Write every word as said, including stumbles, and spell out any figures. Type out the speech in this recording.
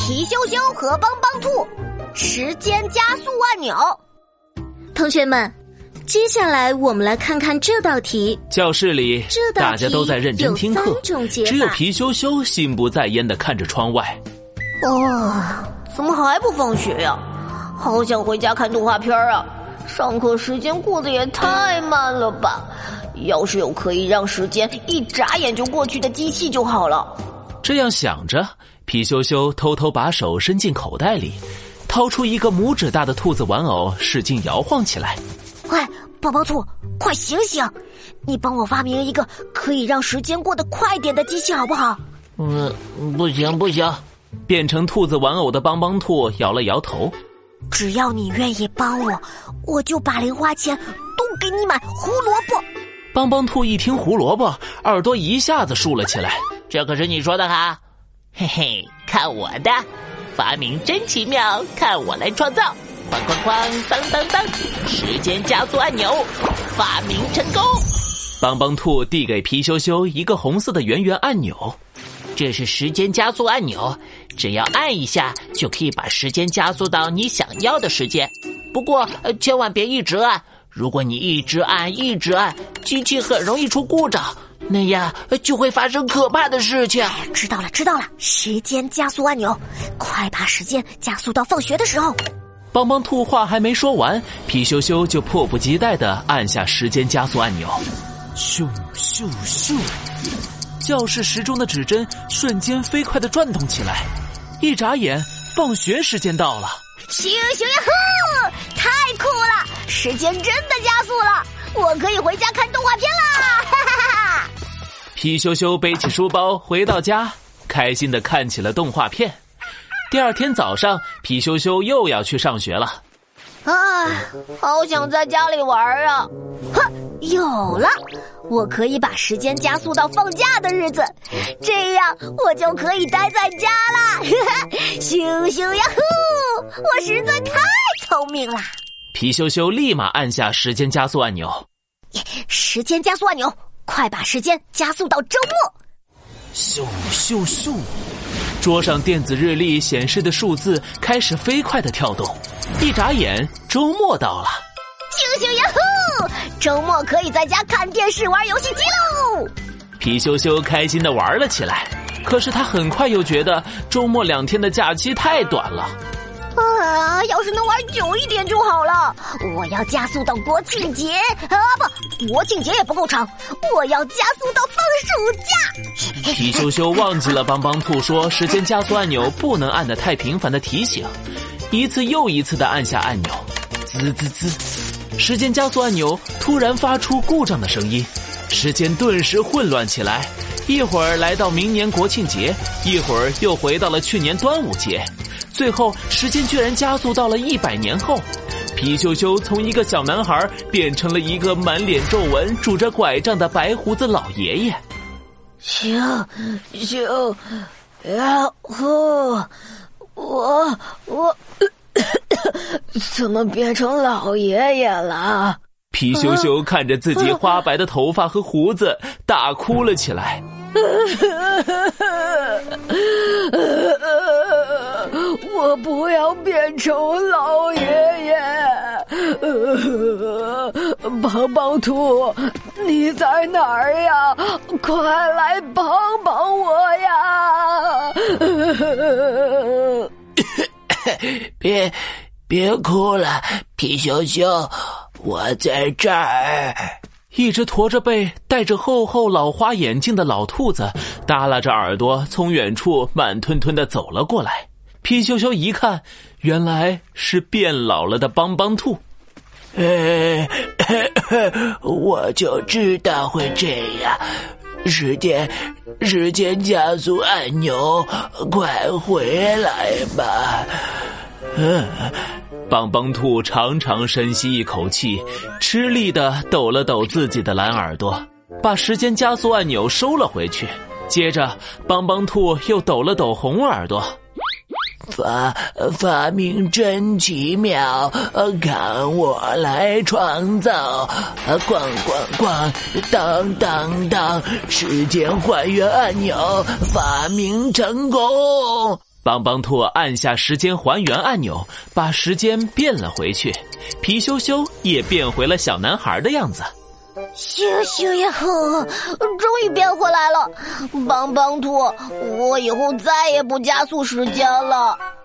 皮羞羞和帮帮兔，时间加速按钮。 同学们，接下来我们来看看这道题。 教室里大家都在认真听课，只有皮羞羞心不在焉地看着窗外。 哦，怎么还不放学呀？好想回家看动画片啊！上课时间过得也太慢了吧！要是有可以让时间一眨眼就过去的机器就好了。 这样想着，皮羞羞偷偷把手伸进口袋里，掏出一个拇指大的兔子玩偶，使劲摇晃起来。 喂，帮帮兔，快醒醒！你帮我发明一个可以让时间过得快点的机器好不好？ 嗯，不行不行。 变成兔子玩偶的帮帮兔摇了摇头。 只要你愿意帮我，我就把零花钱都给你买胡萝卜。 帮帮兔一听胡萝卜，耳朵一下子竖了起来。 这可是你说的哈，嘿嘿，看我的，发明真奇妙，看我来创造！哐哐哐，当当当，时间加速按钮，发明成功！ 帮帮兔递给皮羞羞一个红色的圆圆按钮。 这是时间加速按钮，只要按一下就可以把时间加速到你想要的时间。不过、呃、千万别一直按，如果你一直按一直按，机器很容易出故障，那样就会发生可怕的事情。 知道了知道了，时间加速按钮，快把时间加速到放学的时候。 帮帮兔话还没说完，皮羞羞就迫不及待地按下时间加速按钮。咻咻咻，教室时钟的指针瞬间飞快地转动起来，一眨眼放学时间到了。 咻咻呀呼，太酷了，时间真的加速了，我可以回家看动画片啦！哈哈哈哈。 皮羞羞背起书包回到家，开心地看起了动画片。第二天早上，皮羞羞又要去上学了。 啊，好想在家里玩啊！哼，有了，我可以把时间加速到放假的日子，这样我就可以待在家啦！咻咻呀呼，我实在太聪明了！ 皮羞羞立马按下时间加速按钮。 时间加速按钮，快把时间加速到周末！ 咻咻咻，桌上电子日历显示的数字开始飞快地跳动，一眨眼周末到了。 咻咻呀呼，周末可以在家看电视玩游戏机喽！ 皮羞羞开心地玩了起来，可是他很快又觉得周末两天的假期太短了。 啊，要是能玩久一点就好了！我要加速到国庆节啊，不，国庆节也不够长，我要加速到放暑假。 皮羞羞忘记了帮帮兔说时间加速按钮不能按得太频繁的提醒，一次又一次地按下按钮，滋滋滋，时间加速按钮突然发出故障的声音，时间顿时混乱起来，一会儿来到明年国庆节，一会儿又回到了去年端午节。最后时间居然加速到了一百年后，皮羞羞从一个小男孩变成了一个满脸皱纹拄着拐杖的白胡子老爷爷。 咻咻呀呼，我我怎么变成老爷爷了？ 皮羞羞看着自己花白的头发和胡子，大哭了起来。 我不要变成老爷爷！帮帮兔，你在哪儿呀？快来帮帮我呀！ 别别哭了，皮羞羞，我在这儿。 一只驼着背戴着厚厚老花眼镜的老兔子耷拉着耳朵从远处慢吞吞地走了过来。皮羞羞一看，原来是变老了的帮帮兔。 呃，我就知道会这样。时间时间加速按钮，快回来吧。 嗯，帮帮兔长长深吸一口气，吃力地抖了抖自己的蓝耳朵，把时间加速按钮收了回去。接着帮帮兔又抖了抖红耳朵。 发发明真奇妙，看我来创造！咣咣咣，当当当，时间还原按钮发明成功！ 帮帮兔按下时间还原按钮，把时间变了回去，皮羞羞也变回了小男孩的样子。 咻咻呀吼，终于变回来了！帮帮兔，我以后再也不加速时间了。